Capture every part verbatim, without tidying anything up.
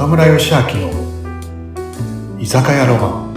岡村義明の居酒屋ロマン。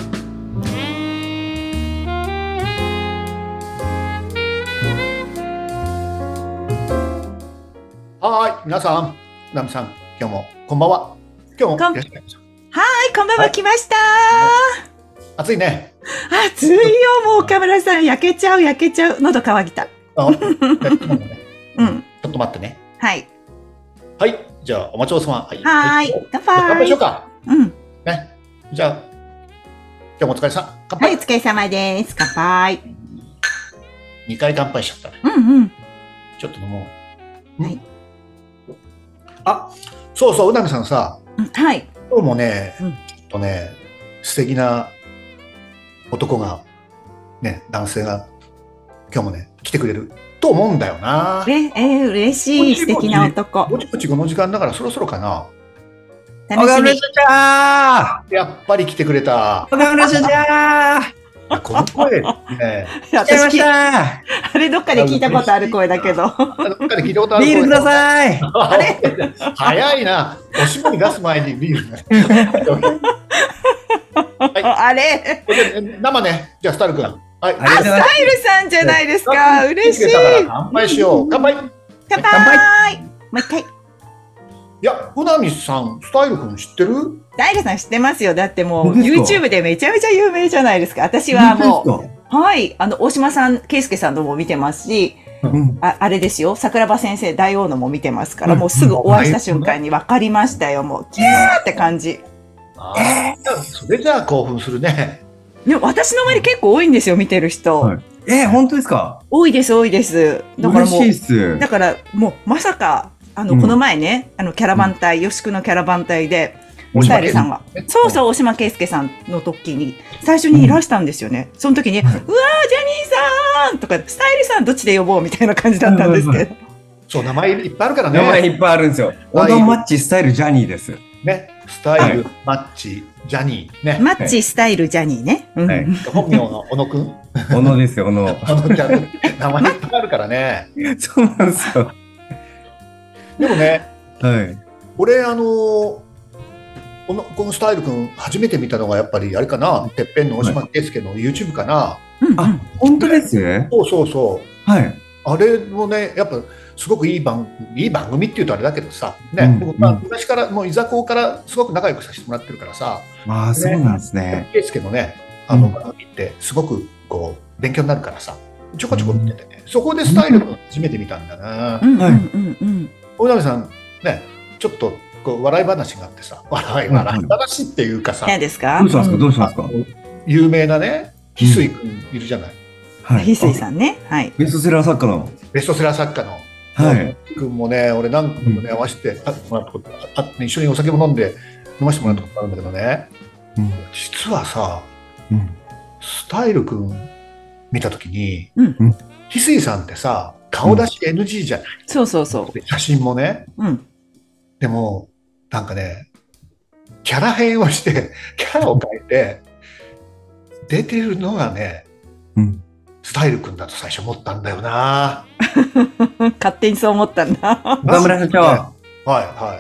はい、皆さん、ナミさん、今日もこんばんは。今日もいらっしゃいました。 はい、こんばんは、来ました。 暑いね。 暑いよ、もう岡村さん、焼けちゃう、焼けちゃう。喉乾きた。 あ、ね、 うん。 ちょっと待ってね。 はい。 はい、じゃあお待ちどうさま。はい。 はい。乾杯。 乾杯しようか。 うん。 ね。じゃあ、今日もお疲れさん。乾杯。 はい、お疲れ様です。乾杯。 にかい乾杯しちゃったね。 うんうん。 ちょっと飲もう。 はい。 あ、そうそう、うなみさんさ、 はい。 今日もね、 うん、 ちょっとね、素敵な男が、ね、男性が、今日もね、来てくれると思うんだよな。 え、えー、嬉しい、素敵な男。 ぼちぼちこの時間だからそろそろかな。 楽しみ。 やっぱり来てくれた。 岡村社長この声ね。 私あれどっかで聞いたことある声だけど。どっかで聞いたことある声。 ビールください。 あれ早いな。おしぼり出す前にビールね。 はい、あれ生ね。じゃあスタイル君。はい。 あ、スタイルさんじゃないですか。嬉しい。 乾杯しよう。乾杯。 乾杯。もう一回。いや、ふなみさん、スタイル君知ってる？ スタイルさん知ってますよ。だってもう YouTube でめちゃめちゃ有名じゃないですか。私はもう、はい、あの、大島さん、圭介さんのも見てますし、うん、あ, あれですよ、桜庭先生、大王のも見てますから、うん、もうすぐお会いした瞬間に分かりましたよ。もう、キャーって感じ。 あえー、それじゃあ興奮するね。 ね、私の周り結構多いんですよ、見てる人。はい、 えー、本当ですか？ 多いです、多いです。 だからもう、嬉しいっす。 だからもう、まさか、あの、うん、この前ね、あの、キャラバン隊、うん、吉久のキャラバン隊で、スタイルさんが、そうそう、大島圭介さんの時に、最初にいらしたんですよね。うん、その時に、うわー、ジャニーさんとか、スタイルさんどっちで呼ぼうみたいな感じだったんですけど。 そう、名前いっぱいあるからね。 名前いっぱいあるんですよ。オドマッチ、スタイル、ジャニーです。 ね。スタイル、マッチ、ジャニー。ね。 マッチ、スタイル、ジャニーね。 はい。本名の小野くん。 小野ですよ、小野。 小野ちゃん。名前いっぱいあるからね。 そうなんですよ。 でもね、 はい。 俺、あのー、この、このスタイル君初めて見たのがやっぱりあれかな、てっぺんの大島圭介の YouTube かな。 はい、あ、本当ですね。 そうそうそう。 はい。 あれもね、やっぱすごくいい番、いい番組っていうとあれだけどさ、ね、うん、僕、まあ、昔からもういざこうからすごく仲良くさせてもらってるからさ。 ああ、そうなんですね。 圭介のね、あの番組ってすごくこう勉強になるからさ、ちょこちょこ見ててね、うん、そこでスタイル君初めて見たんだな。 はい。うんうんうん。 大波さんね、ちょっとこう笑い話があってさ、笑い笑い話っていうかさ、 何ですか？ どうしたんですか？どうしたんですか？ 有名なね、翡翠君いるじゃない。 はい。翡翠さんね。はい。 ベストセラー作家の。 ベストセラー作家の。 はい。 君もね、俺何度もね合わせて、あ、あ、一緒にお酒も飲んで飲ませてもらったことあるんだけどね。実はさ、スタイル君見たときに、翡翠さんってさ、顔出し エヌジー じゃない。 そうそうそう。 写真もね。うん。でも、なんかね、キャラ変をして、キャラを変えて、出てるのがね、うん、スタイル君だと最初思ったんだよな。 勝手にそう思ったんだ。 岡村社長。 はいはい。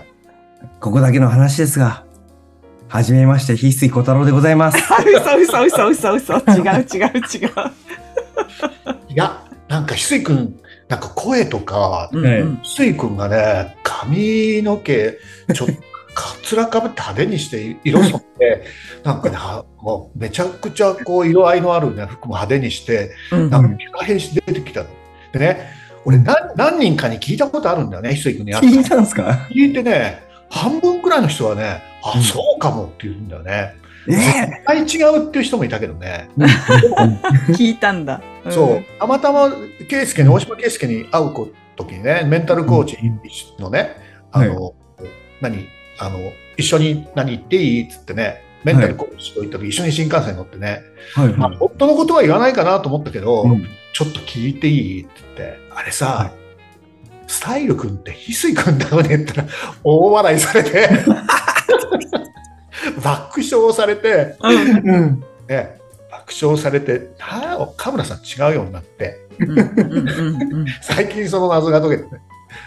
ここだけの話ですが、はじめまして、翡翠小太郎でございます。 嘘嘘嘘嘘嘘。違う違う違う。 いや、なんか翡翠君、なんか声とか、翡翠君がね、髪の毛、ちょっとかつらかぶって派手にして色染って、なんかね、もうめちゃくちゃこう色合いのある、ね、服も派手にして、なんかキャラ変して出てきたの。でね、俺何、何人かに聞いたことあるんだよね、翡翠君に。 聞いたんですか？ 聞いてね、半分くらいの人はね、あ、そうかもって言うんだよね。 えー、 絶対違うっていう人もいたけどね。 聞いたんだ。 うん、そう。たまたま、圭介に、大島圭介に会う時にね、メンタルコーチのね、うん、あの、はい、何、あの、一緒に何言っていいっつってね、メンタルコーチと行った時、一緒に新幹線乗ってね、はいはい、まあ、夫のことは言わないかなと思ったけど、うん、ちょっと聞いていいって言って、あれさ、はい、スタイル君って翡翠君だよねって言ったら、大笑いされて、爆笑されて、うんね、爆笑されて、岡村さん違うようになって、最近その謎が解けてね、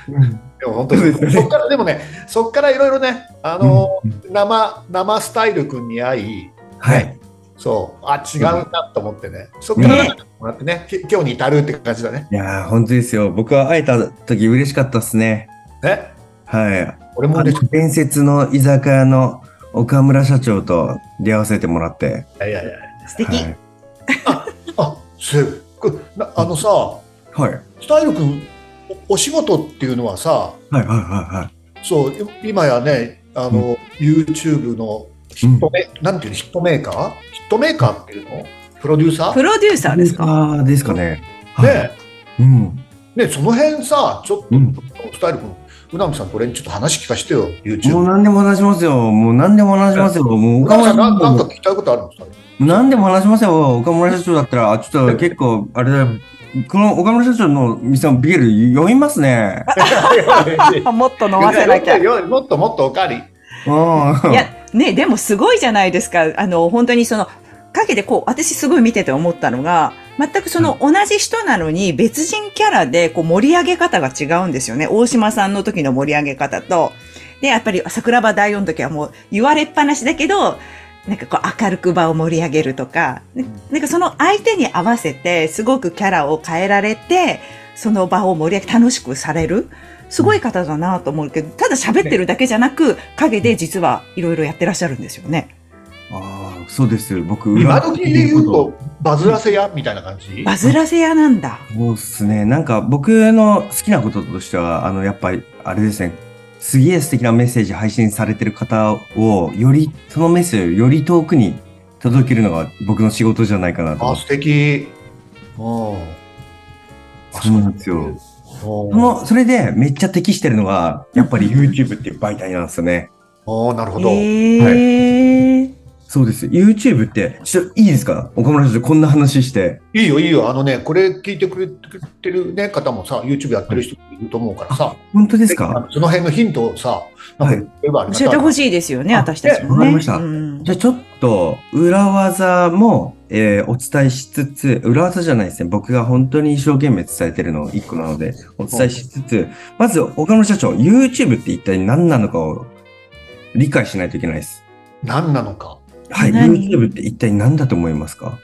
でも本当に、そっからでもね、そっからいろいろね、あの、うん、生、生スタイル君に会い、 はい。 そう、あ、違うなと思ってね、そっからもらってね、ね今日に至るって感じだね。 いやー、本当ですよ。僕は会えた時嬉しかったですね。 えはい。 俺も嬉しかった。 伝説の居酒屋の岡村社長と出会わせてもらって。 いやいやいや、 素敵。はい、 あ、あ、すっごい、あのさ、はい。スタイル君、お, お仕事っていうのはさ、 はいはいはいはい。 そう、今やね、あの、うん、YouTube のヒットメ、うん、なんていうの、ヒットメーカーヒットメーカーっていうのプロデューサープロデューサーですか？ プロデューサーですかね。 ね、 はい、 うん。ね、その辺さ、ちょっと、 うん、 スタイル君、うなみさんと俺にちょっと話聞かせてよ、YouTube。 もう何でも話しますよ。もう何でも話しますよ。もう岡村さん、なんか聞きたいことあるんですか？ 何でも話しますよ。岡村社長だったら、ちょっと結構、あれだよ。この岡村社長の店のビール酔いますね。 もっと飲ませなきゃ。 もっともっとおかわり。 いや、ね、でもすごいじゃないですか。あの、本当にその、陰でこう、私すごい見てて思ったのが、全くその同じ人なのに別人キャラでこう盛り上げ方が違うんですよね。大島さんの時の盛り上げ方と。で、やっぱり桜庭大王の時はもう言われっぱなしだけど、なんかこう明るく場を盛り上げるとか、なんかその相手に合わせてすごくキャラを変えられて、その場を盛り上げ、楽しくされる。すごい方だなと思うけど、ただ喋ってるだけじゃなく、陰で実はいろいろやってらっしゃるんですよね。 ああ、そうです。僕、 今時で言うと、バズらせ屋みたいな感じ？ バズらせ屋なんだ。 そうですね。なんか僕の好きなこととしては、あの、やっぱり、あれですね。すげえ素敵なメッセージ配信されてる方を、より、そのメッセージをより遠くに届けるのが僕の仕事じゃないかなと。 あ、素敵。 うん。そうなんですよ。その、それでめっちゃ適してるのが、やっぱり YouTube っていう媒体なんですよね。 ああ、なるほど。 へはい。そうです。YouTube って、ちょっといいですか？岡村社長、こんな話して。 いいよ、いいよ。あのね、これ聞いてくれてる、ね、方もさ、YouTube やってる人いると思うからさ。 本当ですか？ その辺のヒントをさ、なんか言えばありがたい。 教えてほしいですよね、私たちもね。 わかりました。うん、じゃあちょっと、裏技も、えー、お伝えしつつ、裏技じゃないですね。僕が本当に一生懸命伝えてるの一個なので、お伝えしつつ、まず、岡村社長、YouTube って一体何なのかを理解しないといけないです。 何なのか。 はい、YouTube って一体何だと思いますか？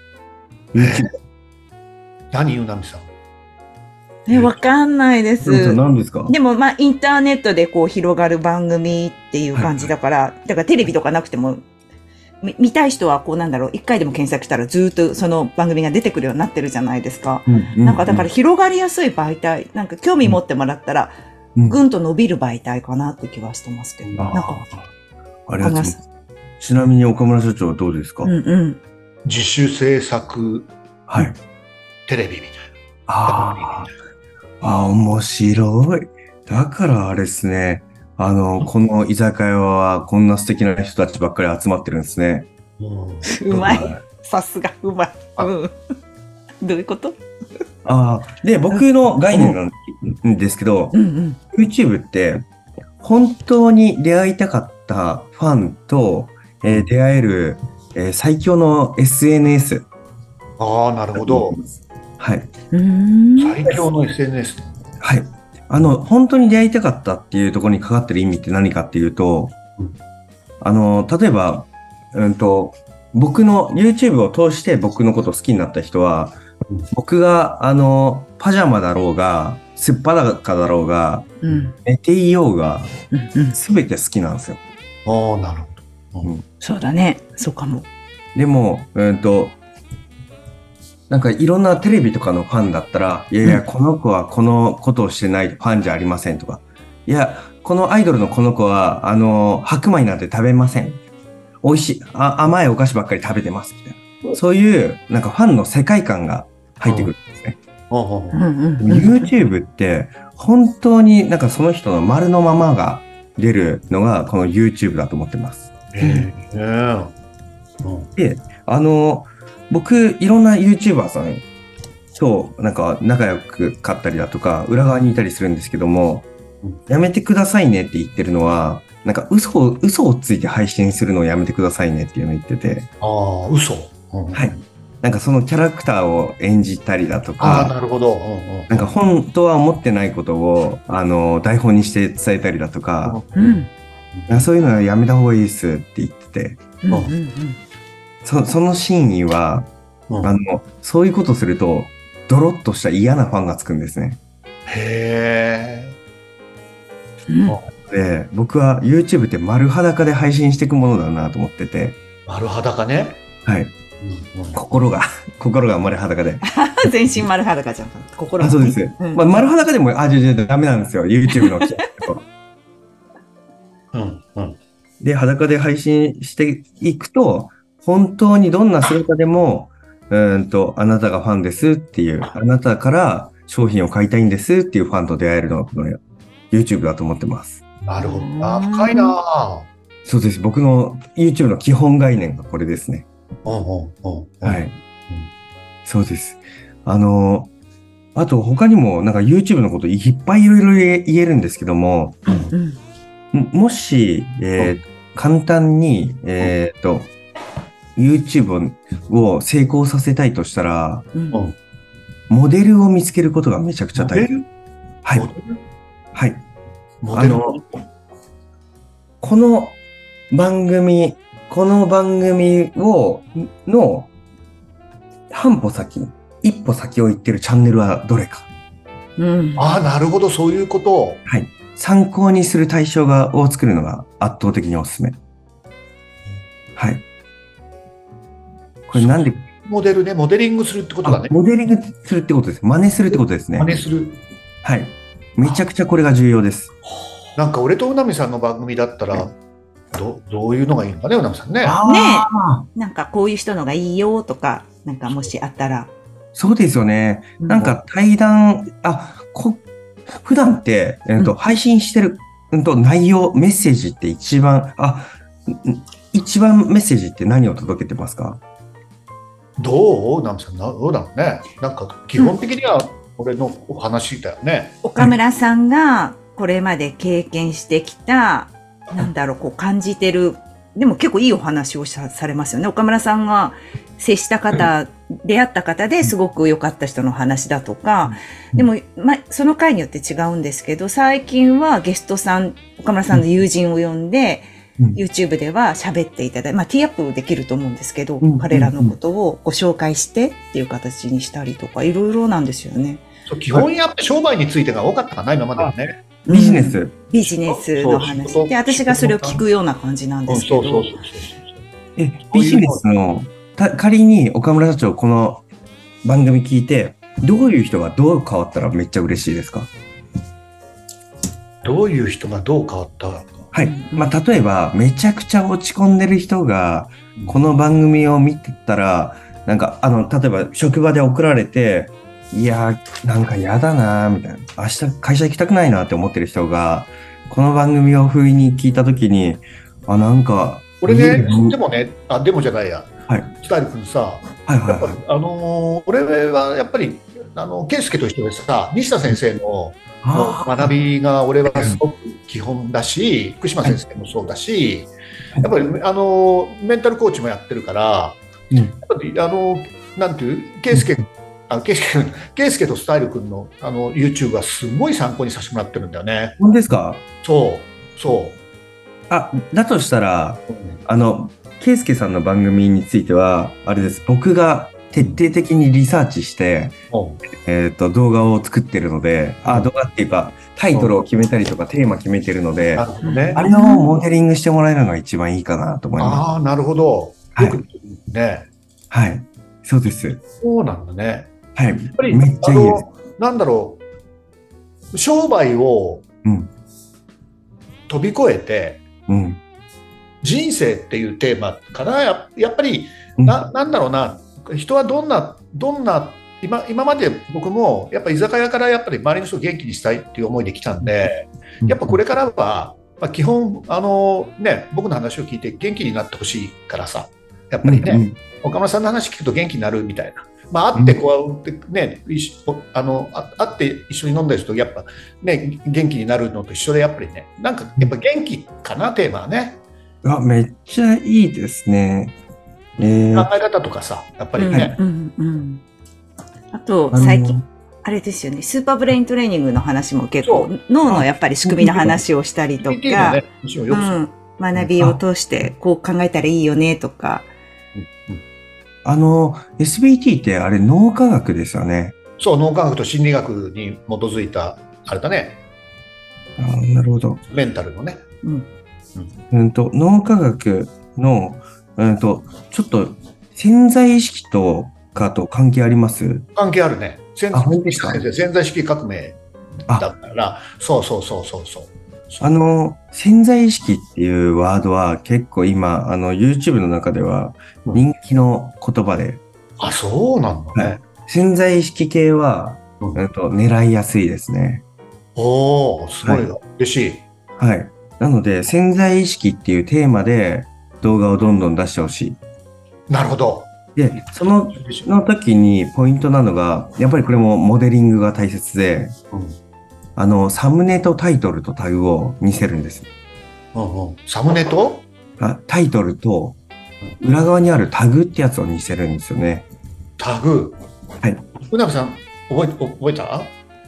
YouTube。 何うなみさん。 え、わかんないです。 何ですか？ でも、まあ、インターネットでこう広がる番組っていう感じだから、はいはい、だからテレビとかなくても、見たい人はこうなんだろう、一回でも検索したらずっとその番組が出てくるようになってるじゃないですか。うんうんうん、なんかだから広がりやすい媒体、なんか興味持ってもらったら、ぐんと伸びる媒体かなって気はしてますけど、うん、なんか。 ありがとうございます。ちなみに岡村社長はどうですか？ うんうん。 自主制作、 はい、 テレビみたいな。 ああ、面白い。だからあれですね。あの、この居酒屋はこんな素敵な人たちばっかり集まってるんですね。 うん、うまい。さすがうまい。うん。どういうこと？ ああ、で、僕の概念なんですけど、うんうん、YouTube って本当に出会いたかったファンと、えー、出会える、えー、最強の エスエヌエス。 ああ、なるほど。 はい。 最強の エスエヌエス。 はい。あの、本当に出会いたかったっていうところにかかってる意味って何かっていうと、うん、あの、例えば、うんと、僕の YouTube を通して僕のことを好きになった人は、うん、僕が、あの、パジャマだろうが、すっぱだかだろうが、うん、寝ていようが、すべて好きなんですよ。 ああ、なるほど。 うん、そうだね。そうかも。 でも、うんと、なんかいろんなテレビとかのファンだったら、いやいや、この子はこのことをしてないファンじゃありませんとか、いや、このアイドルのこの子は、あの、白米なんて食べません。美味しい、あ、甘いお菓子ばっかり食べてます。みたいな。そういう、なんかファンの世界観が入ってくるんですね。YouTube って、本当になんかその人の丸のままが出るのが、この YouTube だと思ってます。 えーうん、で、あの、僕、いろんな YouTuber さんとなんか仲良くかったりだとか、裏側にいたりするんですけども、うん、やめてくださいねって言ってるのは、なんか嘘を、嘘をついて配信するのをやめてくださいねっていうのを言ってて。 ああ、嘘、 うん、はい。 なんかそのキャラクターを演じたりだとああ、 か、 なるほど。うんうん、 なんか本当は思ってないことを、あの、台本にして伝えたりだとか、 うんうん、そういうのはやめた方がいいですって言ってて、 うんうんうん、 そ, そのシーンには、うん、あの、そういうことすると、ドロッとした嫌なファンがつくんですね。 へー。うん、 で、僕は YouTube って丸裸で配信していくものだなと思ってて。 丸裸ね。 はい。うんうん、心が、心が丸裸で。 全身丸裸じゃん。心が、 ね。あ、そうです。うん、まあ、丸裸でも、あ、じゃじゃダメなんですよ。YouTube の。 うんうん、 で、裸で配信していくと、本当にどんな姿でも、うんと、あなたがファンですっていう、あなたから商品を買いたいんですっていうファンと出会えるのが、この YouTube だと思ってます。 なるほど。あ、深いな。 そうです。僕の YouTube の基本概念がこれですね。 うんうんうんうん、 はい、うん。そうです。あの、あと他にもなんか YouTube のこといっぱいいろいろ言えるんですけども、うん、もし、えー、簡単に、えっと、YouTube を成功させたいとしたら、うん、モデルを見つけることがめちゃくちゃ大事。はい。はい。あの、この番組、この番組を、の、半歩先、一歩先を行ってるチャンネルはどれか。 うん、ああ、なるほど、そういうこと。 はい。参考にする対象がを作るのが圧倒的におすすめ。はい。これなんでモデルね、モデリングするってことだね。 モデリングするってことです。真似するってことですね。 真似する。 はい。めちゃくちゃこれが重要です。 なんか俺とうなみさんの番組だったら、ど, どういうのがいいのかね、うなみさんね。 ねえ。なんかこういう人のがいいよとか、なんかもしあったら。 そうですよね。なんか対談、あ、こ普段って、えーとうん、配信してる、うん、と内容、メッセージって一番、あ、一番メッセージって何を届けてますか？ どうなんですか、どうだろうね。なんか基本的には俺のお話だよね。 うん、岡村さんがこれまで経験してきた、なんだろう、こう感じてる、でも結構いいお話をされますよね。岡村さんが接した方、うん、出会った方ですごく良かった人の話だとか、うん、でも、ま、その回によって違うんですけど、最近はゲストさん、岡村さんの友人を呼んで、うん、YouTube では喋っていただいて、まあ、ティーアップできると思うんですけど、うん、彼らのことをご紹介してっていう形にしたりとか、いろいろなんですよね。 そう、基本やっぱ商売についてが多かったかな、今まではね。 ビジネス、うん、 ビジネスの話で、私がそれを聞くような感じなんですけど。そうそうそうそう。 え、ビジネスの、た仮に岡村社長、この番組聞いて、どういう人がどう変わったらめっちゃ嬉しいですか？ どういう人がどう変わったらはい。まあ、例えば、めちゃくちゃ落ち込んでる人が、この番組を見てたら、なんか、あの、例えば、職場で送られて、いやー、なんか嫌だなー、みたいな。明日会社行きたくないなって思ってる人が、この番組を不意に聞いたときに、あ、なんか、 俺ね、でもね、あ、でもじゃないや。 はい。 スタイル君さ、 はいはい、はい、 やっぱり、あのー、俺はやっぱり、あの、圭介と一緒でさ、西田先生の、の学びが俺はすごく基本だし、福島先生もそうだし、やっぱりあのメンタルコーチもやってるから、うん、やっぱりあのなんていう圭介、あ、圭介、圭介とスタイル君のあの YouTube はすごい参考にさせてもらってるんだよね。 本当ですか？ そうそう。 あ、だとしたら、うん、あの圭介さんの番組についてはあれです。僕が徹底的にリサーチして、えっと、動画を作ってるので、あ、動画っていうか、タイトルを決めたりとか、テーマ決めてるので、ね、あれをモデリングしてもらえるのが一番いいかなと思います。 ああ、なるほど。 はい。 よくね。 はい。そうです。 そうなんだね。 はい。やっぱり、めっちゃいいです。なんだろう、商売を飛び越えて、うん、人生っていうテーマかな。や、やっぱり、な、なんだろうな、人はどんな、どんな、今、今まで僕もやっぱ居酒屋からやっぱり周りの人を元気にしたいっていう思いで来たんで、やっぱこれからは、まあ、基本、あのね、僕の話を聞いて元気になってほしいからさ、やっぱりね、うんうん、岡村さんの話聞くと元気になるみたいな。まあ、会ってこう、ね、あの、会って一緒に飲んだ人とやっぱね、元気になるのと一緒でやっぱりね、なんかやっぱ元気かな、テーマはね。 あ、めっちゃいいですね。 えー、 考え方とかさ、やっぱりね。 うんうんうん、あと、最近、あれですよね、スーパーブレイントレーニングの話も結構、脳のやっぱり仕組みの話をしたりとか、ね、うん、学びを通してこう考えたらいいよねとか。 あの、エスビーティー ってあれ脳科学ですよね。 そう、脳科学と心理学に基づいた、あれだね。 あ、なるほど。 メンタルのね。 うん。うんと、脳科学の、うんと、ちょっと潜在意識とかと関係あります？ 関係あるね。潜あ、本当ですか？ 潜在意識革命だから、そうそうそうそうそう。 あの、潜在意識っていうワードは結構今、あの、YouTube の中では人気の言葉で。うん、 あ、そうなんだね。はい、 潜在意識系は、うん、と狙いやすいですね。 おー、すごいな、はい、嬉しい。 はい。なので、潜在意識っていうテーマで動画をどんどん出してほしい。 なるほど。 で、その、の時にポイントなのが、やっぱりこれもモデリングが大切で、うん、あの、サムネとタイトルとタグを似せるんです。 うんうん、サムネとあタイトルと裏側にあるタグってやつを似せるんですよね。 タグ、 はい。 うなべさん、覚え、覚えた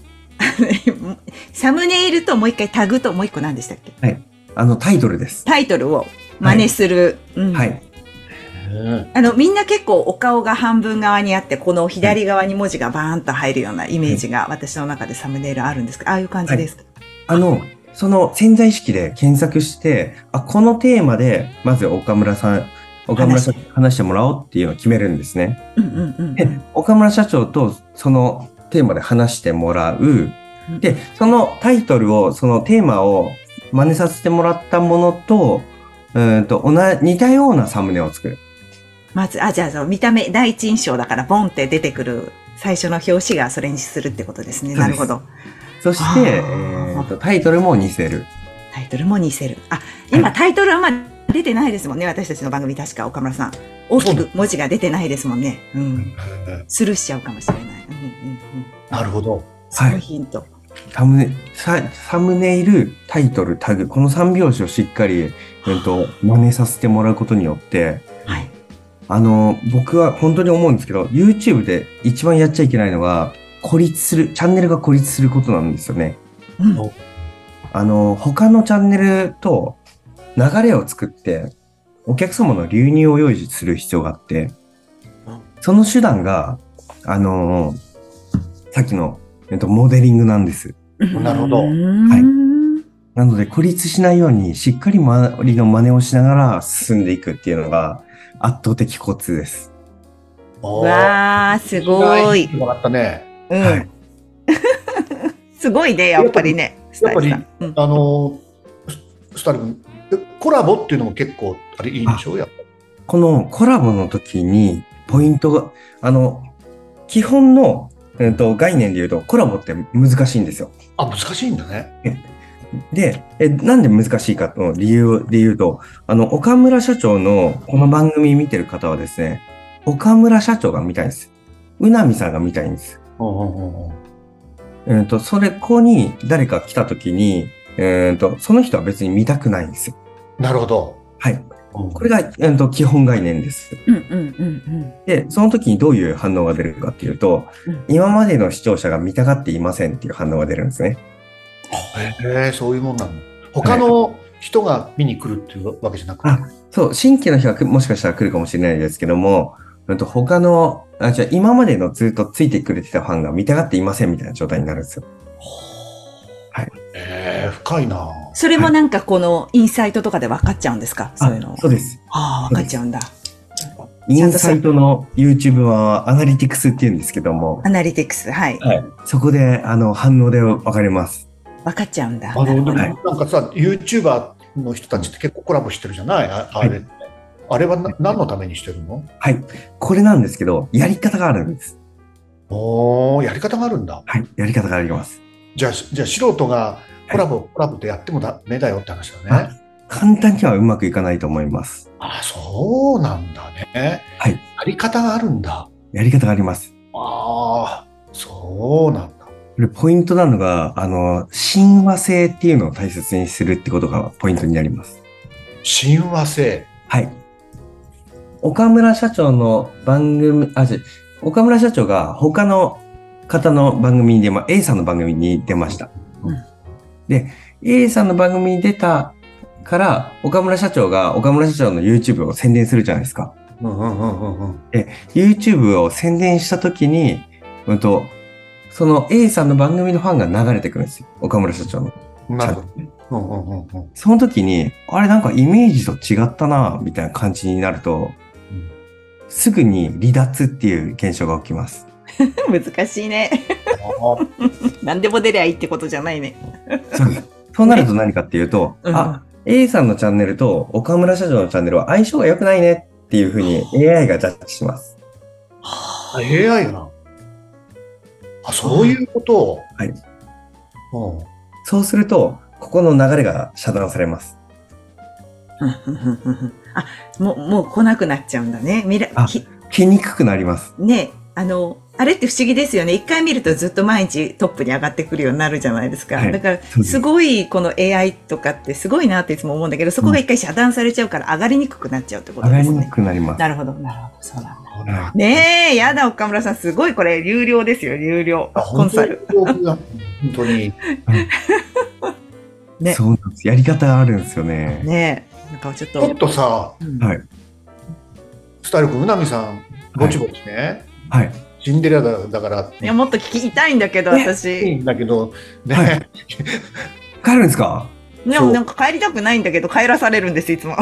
サムネイルともう一回タグともう一個何でしたっけ？ はい。あの、タイトルです。 タイトルを真似する。 はい。うん、はい。 あの、みんな結構お顔が半分側にあって、この左側に文字がバーンと入るようなイメージが私の中でサムネイルあるんですけど、ああいう感じですか？はい、 あの、その潜在意識で検索して、あ、このテーマで、まず岡村さん、岡村社長に話してもらおうっていうのを決めるんですね。 うんうんうん、 で、岡村社長とそのテーマで話してもらう。で、そのタイトルを、そのテーマを真似させてもらったものと、うんと、同じ、似たようなサムネを作る。 まず、あ、じゃあ、その見た目、第一印象だから、ボンって出てくる最初の表紙がそれにするってことですね。なるほど。 そして、えーと、タイトルも似せる。 タイトルも似せる。あ、今、はい、タイトルはまあ出てないですもんね。私たちの番組、確か岡村さん。大きく文字が出てないですもんね。うん。スルーしちゃうかもしれない。うんうんうん、 なるほど。 すごいヒント。はい、 サムネ、サ、サムネイル、タイトル、タグ、この三拍子をしっかり、えっと、真似させてもらうことによって、 はい。 あの、僕は本当に思うんですけど、YouTube で一番やっちゃいけないのが、孤立する、チャンネルが孤立することなんですよね。 うん、 あの、他のチャンネルと流れを作って、お客様の流入を用意する必要があって、その手段が、あの、さっきの、えっと、モデリングなんです。 なるほど。はい。 なので、孤立しないように、しっかり周りの真似をしながら進んでいくっていうのが、圧倒的コツです。 わー、すごい。 もらったね。 うん。はい、すごいね、やっぱりね。 やっぱり、うん、あの、スタイル君、コラボっていうのも結構、あれいいんでしょう？やっぱり。 このコラボの時に、ポイントが、あの、基本の、えっと、概念で言うと、コラボって難しいんですよ。 あ、難しいんだね。 で、え、なんで難しいかの理由で言うと、あの、岡村社長のこの番組見てる方はですね、岡村社長が見たいんです。うなみさんが見たいんです。えっと、それ、ここに誰か来た時に、えっと、その人は別に見たくないんですよ。 なるほど。 はい。これが、えっと、基本概念です。 うんうんうんうん。 で、その時にどういう反応が出るかっていうと、うん、今までの視聴者が見たがっていませんっていう反応が出るんですね。 へえ、そういうもんなの。他の人が見に来るっていうわけじゃなくて。 あ、そう、新規の人がもしかしたら来るかもしれないですけども、他の、あ、じゃあ今までのずっとついてくれてたファンが見たがっていませんみたいな状態になるんですよ。はい。 えー、深いな。 それもなんかこのインサイトとかで分かっちゃうんですか？そういうの。 そうです。 ああ、分かっちゃうんだ。 インサイトの YouTube はアナリティクスって言うんですけども。 アナリティクス、はい。 はい。そこで、あの、反応で分かります。 分かっちゃうんだ。 あの、でもなんかさ、YouTuber の人たちって結構コラボしてるじゃない？あ、あれって。はい、あれはな何のためにしてるの？ はい。これなんですけど、やり方があるんです。 おー、やり方があるんだ。 はい。やり方があります。 じゃあ、じゃあ素人がコラボ、はい、コラボでやってもダメだよって話だね。 簡単にはうまくいかないと思います。 あ、そうなんだね。 はい。 やり方があるんだ。 やり方があります。 ああ、そうなんだ。 これポイントなのが、あの、親和性っていうのを大切にするってことがポイントになります。 親和性。 はい。 岡村社長の番組、あ、じゃ岡村社長が他の方の番組に出ま、A さんの番組に出ました。うん、で、A さんの番組に出たから、岡村社長が岡村社長の YouTube を宣伝するじゃないですか。 うんうんうんうんうん、 で、YouTube を宣伝したときに、うんと、その A さんの番組のファンが流れてくるんですよ。岡村社長の。 なるほどね。うんうんうんうん、 その時に、あれなんかイメージと違ったな、みたいな感じになると、うん、すぐに離脱っていう現象が起きます。 難しいね。何でも出りゃいいってことじゃないね。 そうです。そうなると何かっていうと、ね、あ、うん、A さんのチャンネルと岡村社長のチャンネルは相性が良くないねっていうふうに エーアイ がジャッジします。 はあ、エーアイ があ、そういうことを。 はい。うん、そうすると、ここの流れが遮断されます。 あ、もう、もう来なくなっちゃうんだね。見ら、 あ、来にくくなります。 ね、あの、あれって不思議ですよね。一回見るとずっと毎日トップに上がってくるようになるじゃないですか。はい、だから、すごい、この エーアイ とかってすごいなっていつも思うんだけど、そこが一回遮断されちゃうから上がりにくくなっちゃうってことですね。 上がりにくくなります。 なるほど、なるほど。そうなんだ。ねえ、やだ、岡村さん、すごいこれ、有料ですよ、有料。コンサル。 本当に。 ね、そうなんです。やり方があるんですよね。 ねえ。なんかちょっと。 ちょっとさ、 うん、はい。 スタイル君、うなみさん、ぼちぼちね。 はい。 シンデレラだ、だから。 いや、もっと聞きたいんだけど、私。 いいんだけど、ね。 はい、帰るんですか？ でもなんか帰りたくないんだけど、帰らされるんです、いつも。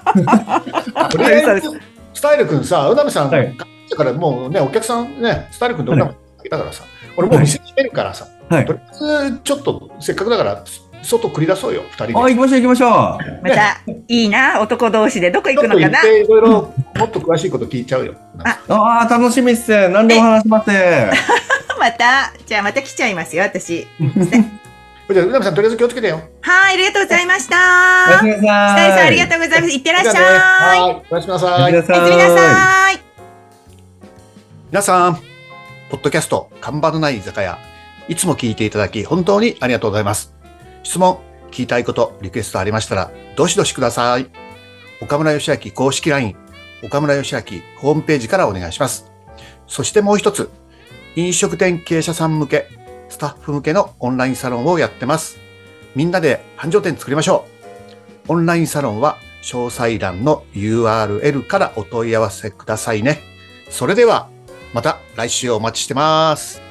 スタイル君さ、うなみさん、はい、だからもうね、お客さんね、スタイル君とうなみさんだからさ、はい、俺もう店閉めるからさ、はい、とりあえずちょっとせっかくだから、外繰り出そうよ、ふたりで。 あ、行きましょう行きましょう。 また、いいな、男同士でどこ行くのかな。 いろいろもっと詳しいこと聞いちゃうよ。 ああ、楽しみっす。何でも話します。 また、じゃあまた来ちゃいますよ、私。 じゃあ、うなみさん、とりあえず気をつけてよ。 はい、ありがとうございました。 おやすみなさい。 スタイルさん、ありがとうございます。いってらっしゃい。 はい、おやすみなさい。 おやすみなさい。 皆さん、ポッドキャスト、看板のない居酒屋、いつも聞いていただき、本当にありがとうございます。質問、聞きたいこと、リクエストありましたら、どしどしください。岡村義明公式 ライン、岡村義明ホームページからお願いします。そしてもう一つ、飲食店経営者さん向け、スタッフ向けのオンラインサロンをやってます。みんなで繁盛店作りましょう。オンラインサロンは詳細欄の ユーアールエル からお問い合わせくださいね。それではまた来週お待ちしてます。